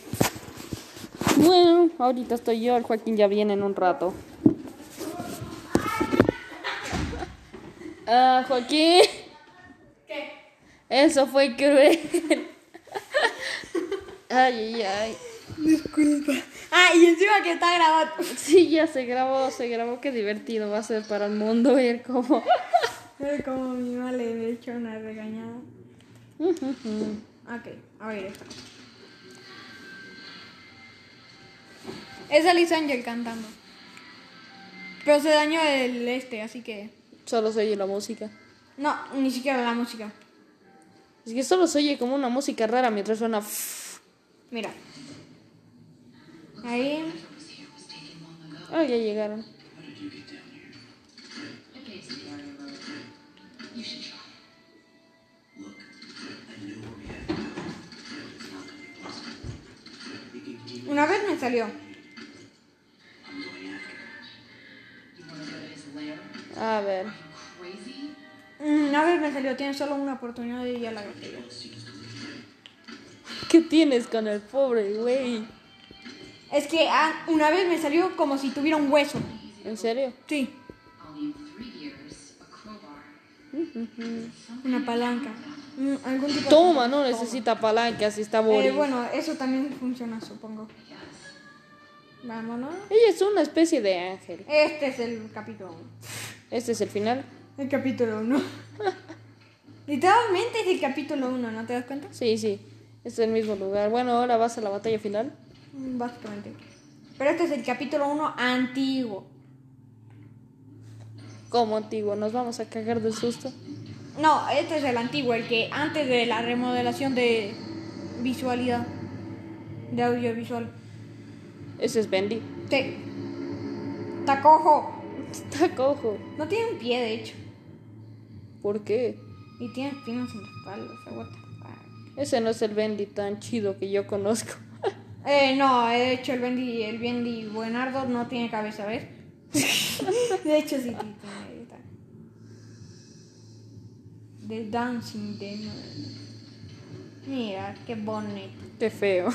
Bueno, ahorita estoy yo, el Joaquín ya viene en un rato. Ah, Joaquín. ¿Qué? Eso fue cruel. Ay, ay, ay. Disculpa. Ah, y encima que está grabado. Sí, ya se grabó, se grabó. Qué divertido va a ser para el mundo ver cómo... Es como mi mamá le he hecho una regañada. Ok, a ver esto. Es Alice Angel cantando. Pero se dañó el este, así que... Solo se oye la música. No, ni siquiera la música. Es que solo se oye como una música rara mientras suena... Mira. Ahí. Ah, ya llegaron. Una vez me salió. A ver. Una vez me salió. Tienes solo una oportunidad y ya la gasté yo. ¿Qué tienes con el pobre güey? Es que ah, una vez me salió como si tuviera un hueso. ¿En serio? Sí. Una palanca. Mm, algún tipo de Toma, no Toma. necesita palanca, así está Boris. Eh, bueno, eso también funciona, supongo. Vámonos. Ella es una especie de ángel. Este es el capítulo uno. Este es el final. El capítulo uno. Literalmente es el capítulo uno, ¿no te das cuenta? Sí, sí. Es el mismo lugar. Bueno, ahora vas a la batalla final. Mm, Básicamente. Pero este es el capítulo uno antiguo. Como antiguo, nos vamos a cagar del susto. No, este es el antiguo, el que antes de la remodelación de visualidad. De audiovisual. Ese es Bendy. Sí. Está cojo. Está cojo. No tiene un pie, de hecho. ¿Por qué? Y tiene espinas en la espalda. O sea, what the fuck. Ese no es el Bendy tan chido que yo conozco. Eh, no, de hecho el Bendy, el Bendy Buenardo no tiene cabeza, ¿ves? De hecho sí tiene cabeza. The Dancing Demon. Mira, qué bonito. Qué feo.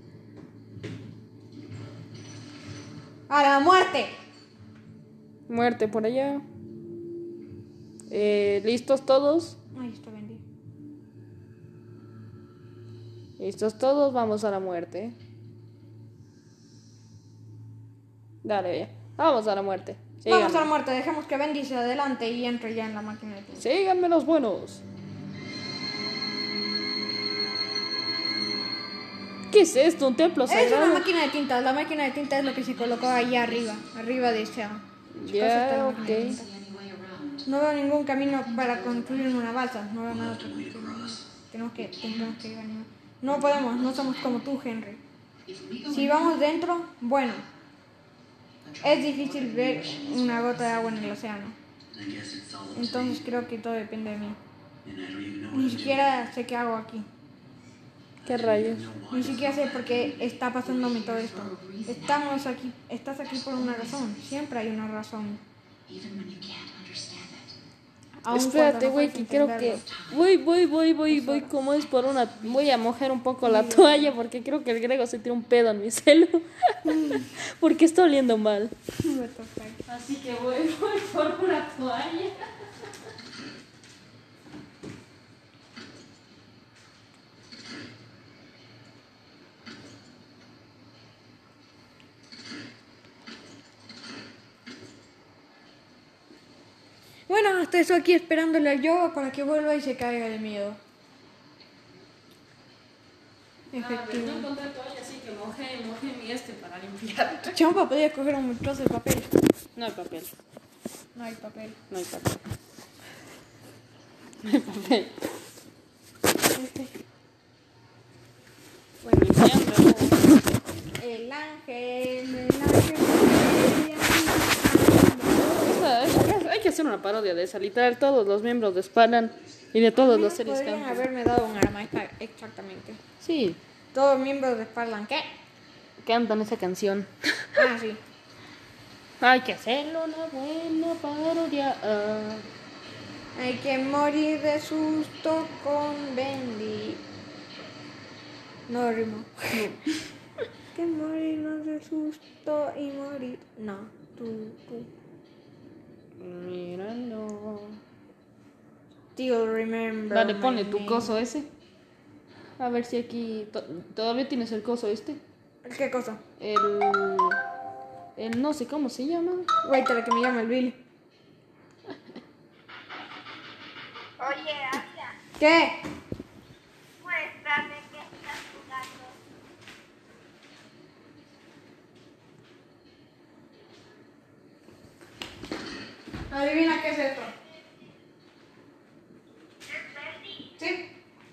¡A la muerte! Muerte por allá. Eh, ¿Listos todos? Ahí está Bendy. ¿Listos todos? Vamos a la muerte. Dale, ya. Vamos a la muerte. Síganme. Vamos a la muerte, dejemos que Bendy se adelante y entre ya en la máquina de tiempo. Síganme los buenos. ¿Qué es esto? ¿Un templo Es sagrado? una máquina de tinta, la máquina de tinta es lo que se colocó ahí arriba, arriba de esa. Ya, ok. No veo ningún camino para construir una balsa, no veo nada para construir una balsa. Tenemos que, tenemos que ir a nivel. No podemos, no somos como tú, Henry. Si vamos dentro, bueno, es difícil ver una gota de agua en el océano. Entonces creo que todo depende de mí. Ni siquiera sé qué hago aquí. ¿Qué rayos? Ni siquiera sé por qué está pasándome todo esto. Estamos aquí, estás aquí por una razón. Siempre hay una razón. Aun Espérate, cuando no güey, puedes que creo que... entenderlo. Voy, voy, voy, voy, voy, como es por una... Voy a mojar un poco la toalla porque creo que el Grego se tiró un pedo en mi celo. Porque está oliendo mal. What the fuck. Así que voy, voy por una toalla. Bueno, hasta eso aquí esperándole al yoga para que vuelva y se caiga de miedo. No Efectivamente. encontré toalla, así que mojé, mojé mi este para limpiar. Champa, podía coger un trozo de papel. No hay papel, No hay papel. no hay papel. No hay papel. Este. Bueno, limpiando. El ángel, el ángel. Esa- esa- hay que hacer una parodia de esa. Literal, todos los miembros de Spalan y de todos los seres que Podrían han... haberme dado un arma, esta- exactamente. Sí, Todos miembros de Sparlan, ¿qué? cantan esa canción. Ah, sí. Hay que hacerlo una buena parodia. Ah. Hay que morir de susto con Bendy. No rimo. Hay que morirnos de susto y morir. No, tú, tú. Mirando. Still remember. Dale, my ponle tu name. coso ese. A ver si aquí... to- ¿Todavía tienes el coso este? ¿Qué cosa? El... El no sé cómo se llama. Wait, a la que me llama el Billy. Oye, Asia, ¿Qué? muéstrame qué estás jugando. Adivina qué es esto. ¿Es Bendy? ¿Sí?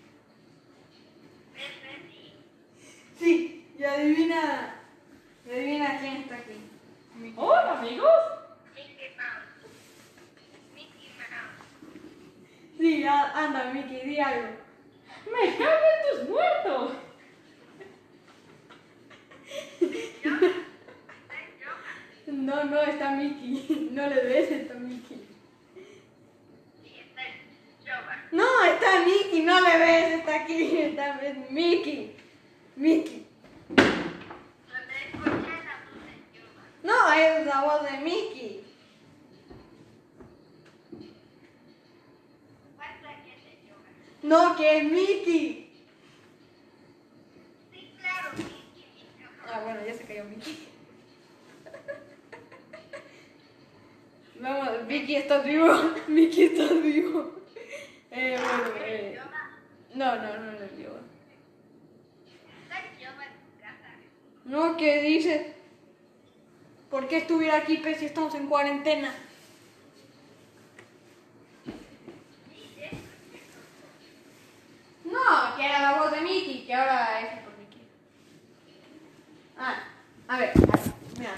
¿Es Bendy? Sí. Y adivina. Y adivina quién está aquí. Hola, amigos. Mickey Mouse. Mickey Mouse. Sí, a- anda, Mickey, di algo. Me cago en tus muertos. ¿Es Yoga? No, no está Mickey. No le ves, está Mickey. Sí, está Yoga. No, está Mickey, no le ves, está aquí. Está es Mickey. Mickey. Donde escuché la voz de Yoga. No, es la voz de Mickey. Muestra que es de Yoga. No, que es Mickey. Sí, claro, Mickey. Ah, bueno, ya se cayó Mickey. Vamos, Vicky, ¿estás vivo? Mickey, ¿estás vivo? Eh, bueno, eh. No, no, no le digo. Está idioma en tu casa. No, ¿qué dices? ¿Por qué estuviera aquí, pues, si estamos en cuarentena? No, que era la voz de Mickey, que ahora es por Mickey. Ah, a ver, a ver, mira.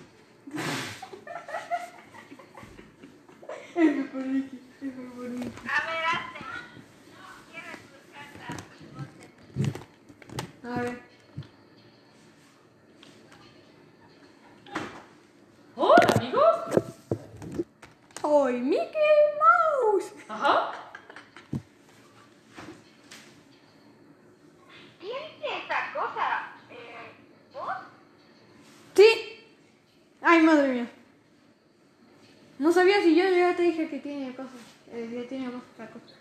Es por Mickey, es por Mickey. A ver, hazte. Quiero escuchar la voz de A ver. Hola, amigos. ¡Soy Mickey Mouse! Ajá. ¿Quién es esa cosa? Eh, ¿Vos? ¡Sí! ¡Ay, madre mía! No sabía si yo ya te dije que tiene cosas. Eh, ya tiene cosas para cosas.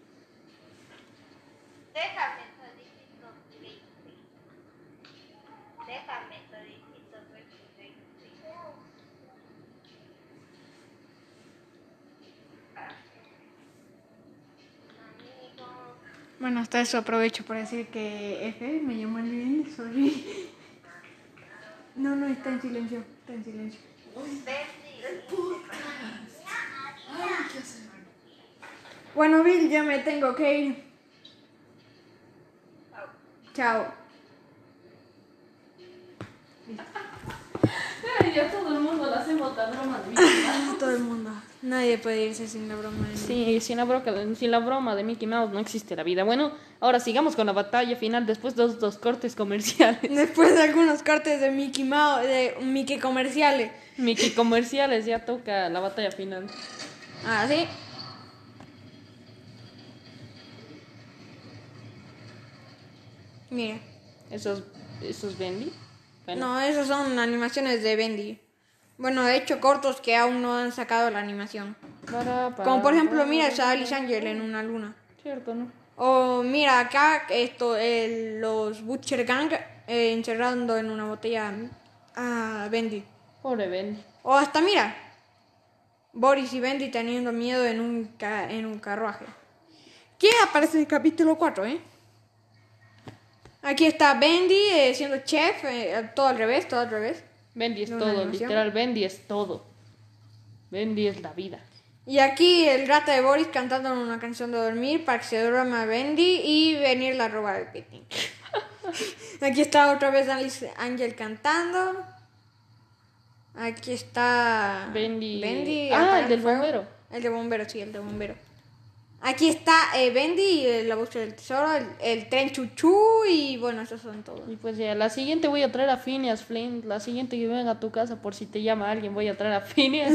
Déjame toditito triste. Déjame toditito triste. Amigo. Bueno, hasta eso aprovecho para decir que F me llamó el bien, sorry. No, no, está en silencio, está en silencio. Bueno, Bill, ya me tengo que ir. Chao. Ay, ya todo el mundo le hacemos la broma de Mickey Mouse. Todo el mundo. Nadie puede irse sin la broma de mí. Sí, sin la, broca, sin la broma de Mickey Mouse no existe la vida. Bueno, ahora sigamos con la batalla final después de los dos cortes comerciales. Después de algunos cortes de Mickey Mouse, de Mickey comerciales. Mickey comerciales, ya toca la batalla final. Ah, ¿sí? Mira. ¿Esos, esos Bendy? Bueno, No, esas son animaciones de Bendy. Bueno, he hecho cortos que aún no han sacado la animación. para, para, Como por ejemplo, para, mira, para, está Alice Angel en una luna. Cierto, ¿no? O mira acá, esto, el- los Butcher Gang eh, encerrando en una botella a Bendy. Pobre Bendy. O hasta mira, Boris y Bendy teniendo miedo en un, ca- en un carruaje. ¿Quién aparece en el capítulo cuatro, eh? Aquí está Bendy eh, siendo chef, eh, todo al revés, todo al revés. Bendy es ¿De una todo, animación? literal, Bendy es todo. Bendy es la vida. Y aquí el rata de Boris cantando una canción de dormir para que se duerma Bendy y venir a robar el picnic. Aquí está otra vez Alice Angel cantando. Aquí está Bendy. Bendy Ah, apagando el del fuego. bombero. El de bombero, sí, el de bombero. Aquí está eh, Bendy y eh, la búsqueda del tesoro, el, el tren chuchú y bueno, esos son todos. Y pues ya, la siguiente voy a traer a Phineas Flint. La siguiente que venga a tu casa, por si te llama alguien, voy a traer a Phineas.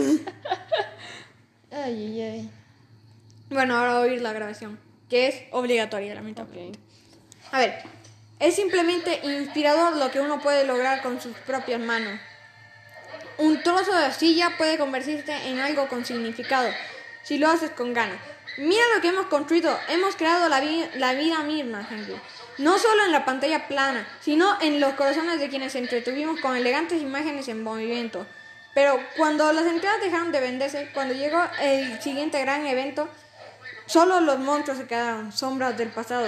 Ay, ay, ay. Bueno, ahora voy a oír la grabación, que es obligatoria, lamentablemente. Ok. A ver, es simplemente inspirador lo que uno puede lograr con sus propias manos. Un trozo de arcilla puede convertirse en algo con significado, si lo haces con ganas. Mira lo que hemos construido, hemos creado la, vi- la vida misma, Henry. No solo en la pantalla plana, sino en los corazones de quienes entretuvimos con elegantes imágenes en movimiento. Pero cuando las entradas dejaron de venderse, cuando llegó el siguiente gran evento, solo los monstruos se quedaron, sombras del pasado.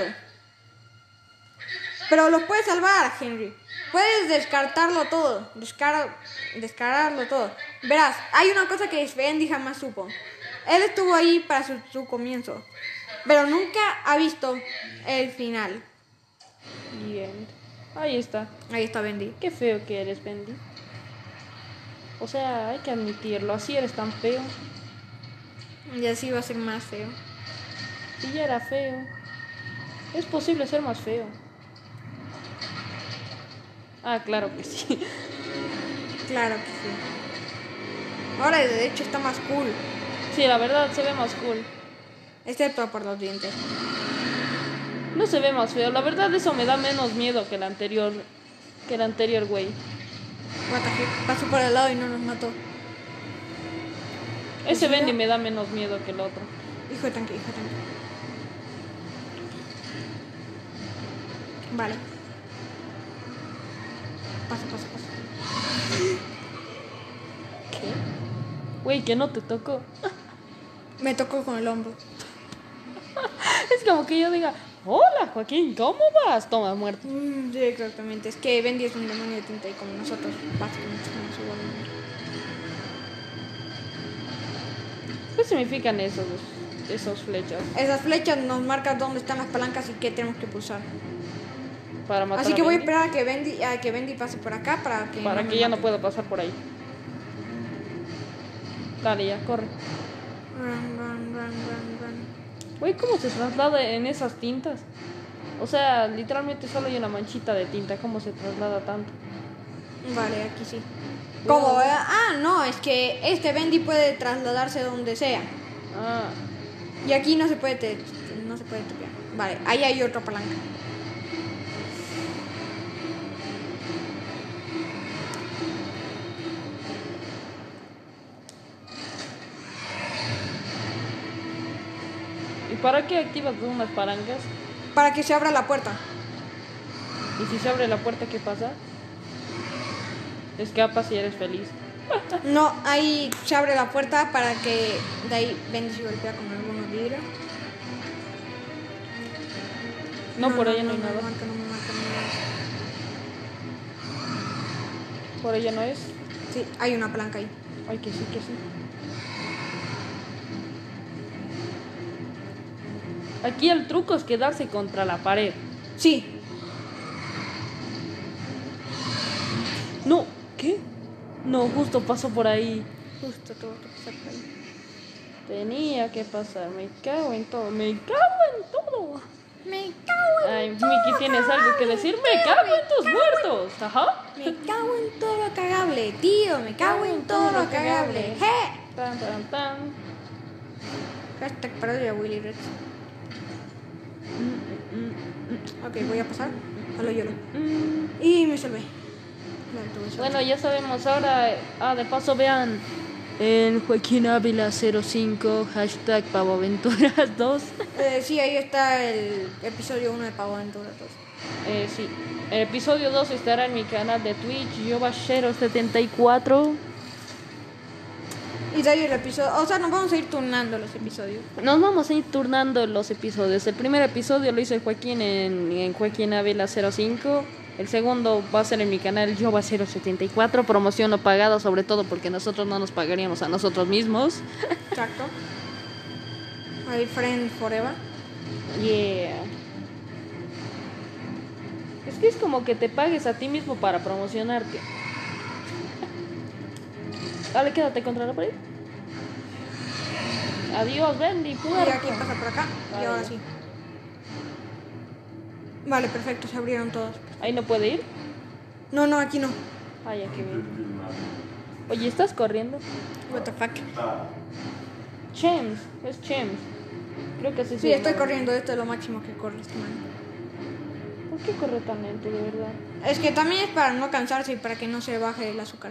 Pero los puedes salvar, Henry. Puedes descartarlo todo, descar descararlo todo. Verás, hay una cosa que Bendy jamás supo. Él estuvo ahí para su, su comienzo, pero nunca ha visto el final. Bien. Ahí está. Ahí está Bendy. Qué feo que eres, Bendy. O sea, hay que admitirlo. Así eres tan feo. Y así va a ser más feo. Si ya era feo. Es posible ser más feo. Ah, claro que sí. Claro que sí. Ahora de hecho está más cool, Sí, la verdad se ve más cool. excepto por los dientes. No se ve más feo. La verdad eso me da menos miedo que el anterior. Que el anterior, güey. What the heck, pasó por al lado y no nos mató. Ese Pues Bendy mira. me da menos miedo que el otro. Hijo de tanque, hijo de tanque. Vale. Pasa, pasa, pasa. ¿Qué? Güey, que no te tocó. Me tocó con el hombro. Es como que yo diga, hola Joaquín, ¿cómo vas? Toma, muerto. Mm, sí, exactamente. Es que Bendy es un demonio de tinta y como nosotros, básicamente somos igualmente. ¿Qué significan esos, esos flechas? Esas flechas nos marcan dónde están las palancas y qué tenemos que pulsar. Para matar Así que a voy a Bendy? esperar a que Bendy, a que Bendy pase por acá para que Para no que me ya no mate. pueda pasar por ahí. Dale, ya, corre. Run, run, run, run, run. Güey, ¿cómo se traslada en esas tintas? O sea, literalmente solo hay una manchita de tinta. ¿Cómo se traslada tanto? Vale, aquí sí. ¿Cómo? eh? Ah, no, es que este Bendy puede trasladarse donde sea. Ah, Y aquí no se puede te- no se puede topear. Vale, ahí hay otra palanca. ¿y para qué activas unas palancas? Para que se abra la puerta. ¿Y si se abre la puerta, qué pasa? Escapas y eres feliz. No, ahí se abre la puerta para que de ahí Bendy se golpea con algunos vidrios. No, por allá no hay me nada. marca, no me marca, no me marca. Por allá no es. Sí, hay una palanca ahí. Ay, que sí, que sí. Aquí el truco es quedarse contra la pared. Sí, No, ¿qué? No, justo pasó por ahí. justo tuvo que pasar por ahí. Tenía que pasar. Me cago en todo. Me cago en todo. Me cago en Ay, Miki, ¿tienes algo que decir? Me cago en tus muertos. Ajá. Me cago en todo lo cagable, tío, me cago en todo lo cagable. ¡Je! Tan, tan, tan. Hashtag parodia Willy Rex. Ok, voy a pasar a lo lloro. Mm. Y me salvé. Claro, tuve suerte. Bueno, ya sabemos ahora. Ah, de paso vean en Joaquín Ávila cero cinco, hashtag Pavoaventuras dos. Eh, sí, ahí está el episodio uno de Pavo Aventura dos. Eh, sí. El episodio dos estará en mi canal de Twitch, Yobashero setenta y cuatro. Y de ahí el episodio, o sea, nos vamos a ir turnando los episodios. Nos vamos a ir turnando los episodios. El primer episodio lo hizo el Joaquín en, en Joaquín Ávila cero cinco. El segundo va a ser en mi canal Yobashero setenta y cuatro. Promoción no pagada, sobre todo porque nosotros no nos pagaríamos a nosotros mismos. Exacto. Ahí Friend Forever. Yeah. Es que es como que te pagues a ti mismo para promocionarte. Dale, quédate contra la pared. Adiós, Bendy, Y puerco. aquí pasa por acá. Y Vale, ahora ya. sí. Vale, perfecto, se abrieron todos. Ahí no puede ir. No, no, aquí no. Ay, ya, qué bien. Oye, ¿estás corriendo? What the fuck. Chems, es Chems. Creo que así se Sí, estoy llama. corriendo, esto es lo máximo que corre este man. ¿Por qué corre tan lento, de verdad? Es que también es para no cansarse y para que no se baje el azúcar.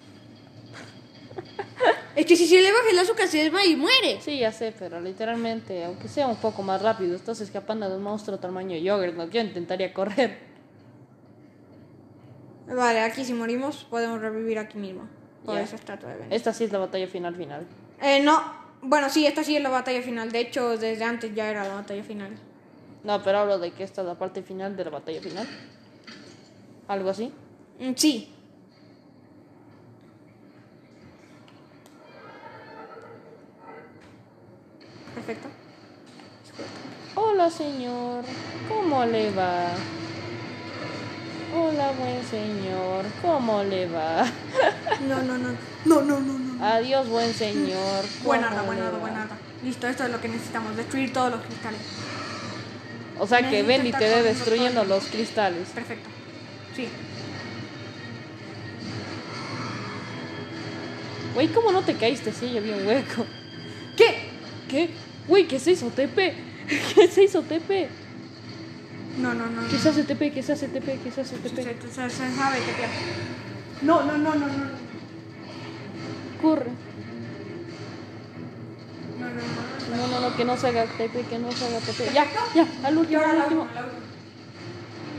Es que si se le baja el azúcar se desmaya y muere. Sí, ya sé, pero literalmente, aunque sea un poco más rápido, estás escapando de un monstruo tamaño yogurt, ¿no? Yo intentaría correr. Vale, aquí si morimos podemos revivir aquí mismo. Por Ya. esa estatua de Bendy. Esta sí es la batalla final final. Eh, no. Bueno, sí, esta sí es la batalla final. De hecho, desde antes ya era la batalla final. No, pero hablo de que esta es la parte final de la batalla final. Algo así. Mm, sí. Perfecto. Hola, señor. ¿Cómo le va? Hola, buen señor. ¿Cómo le va? No, no, no. No, no, no, no. Adiós, buen señor. ¿Cómo Buenarda, le buenarda, va? buenarda. Listo, esto es lo que necesitamos. Destruir todos los cristales. O sea que Necesito Bendy estar te ve corriendo destruyendo todo el los cristales. Perfecto. Sí. Güey, ¿cómo no te caíste? Sí, yo vi un hueco. ¿Qué? ¿Qué? Güey, ¿qué se hizo T P? ¿Qué se hizo T P? No, no, no. ¿Qué se hace T P? ¿Qué se hace T P? ¿Qué se hace T Se, P? se- se- se sabe que pierde. No, no, no, no, no. Corre. No, no, no. No, no, no, que no se haga T P, que no se haga T P. Ya, ya, al Y último, ahora al la último. última, la última.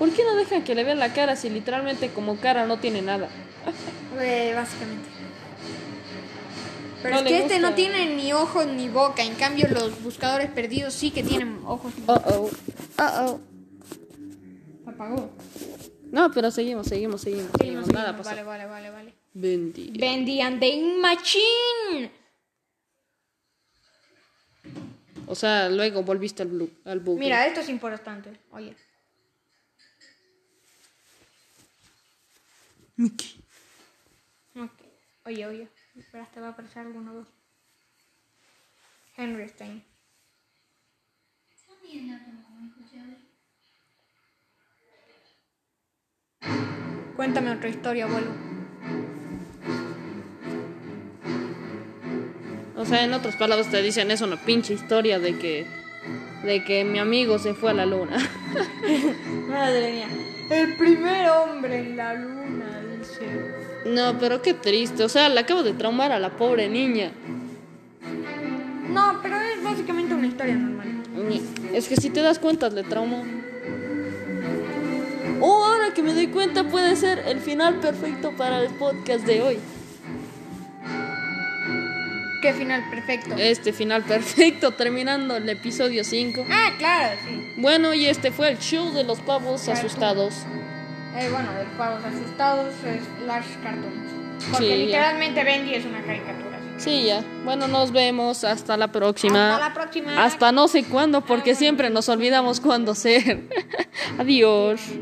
¿Por qué no dejan que le vean la cara si literalmente como cara no tiene nada? Eh, básicamente. Pero No es le que este gusta. no tiene ni ojos ni boca. En cambio, los buscadores perdidos sí que tienen ojos y Oh, boca. oh. Oh, oh. Se apagó. No, pero seguimos, seguimos, seguimos. seguimos. Seguimos, Nada seguimos. pasó. Vale, vale, vale, vale. Bendy. Bendy and the Machine. O sea, luego volviste al, blue, al bug. Mira, esto es importante. Oye. Mickey. Ok. Oye, oye. Espera, te va a aparecer alguno dos. Henry Stein. Cuéntame otra historia, abuelo. O sea, en otras palabras te dicen es una pinche historia de que de que mi amigo se fue a la luna. Madre mía. El primer hombre en la luna, dice. No, pero qué triste. O sea, le acabo de traumar a la pobre niña. No, pero es básicamente una historia normal. Es que si te das cuenta, le traumó. Oh, ahora que me doy cuenta, puede ser el final perfecto para el podcast de hoy. Qué final perfecto. Este final perfecto, terminando el episodio cinco. Ah, claro, sí. Bueno, y este fue el show de los pavos Cartoon. asustados. Eh, bueno, de pavos asustados es Large Cartoons. Porque Sí, ya. literalmente Bendy es una caricatura. Así. Sí, ya. Bueno, nos vemos. Hasta la próxima. Hasta la próxima. Hasta no sé cuándo, porque Ah, bueno. siempre nos olvidamos cuándo ser. Adiós.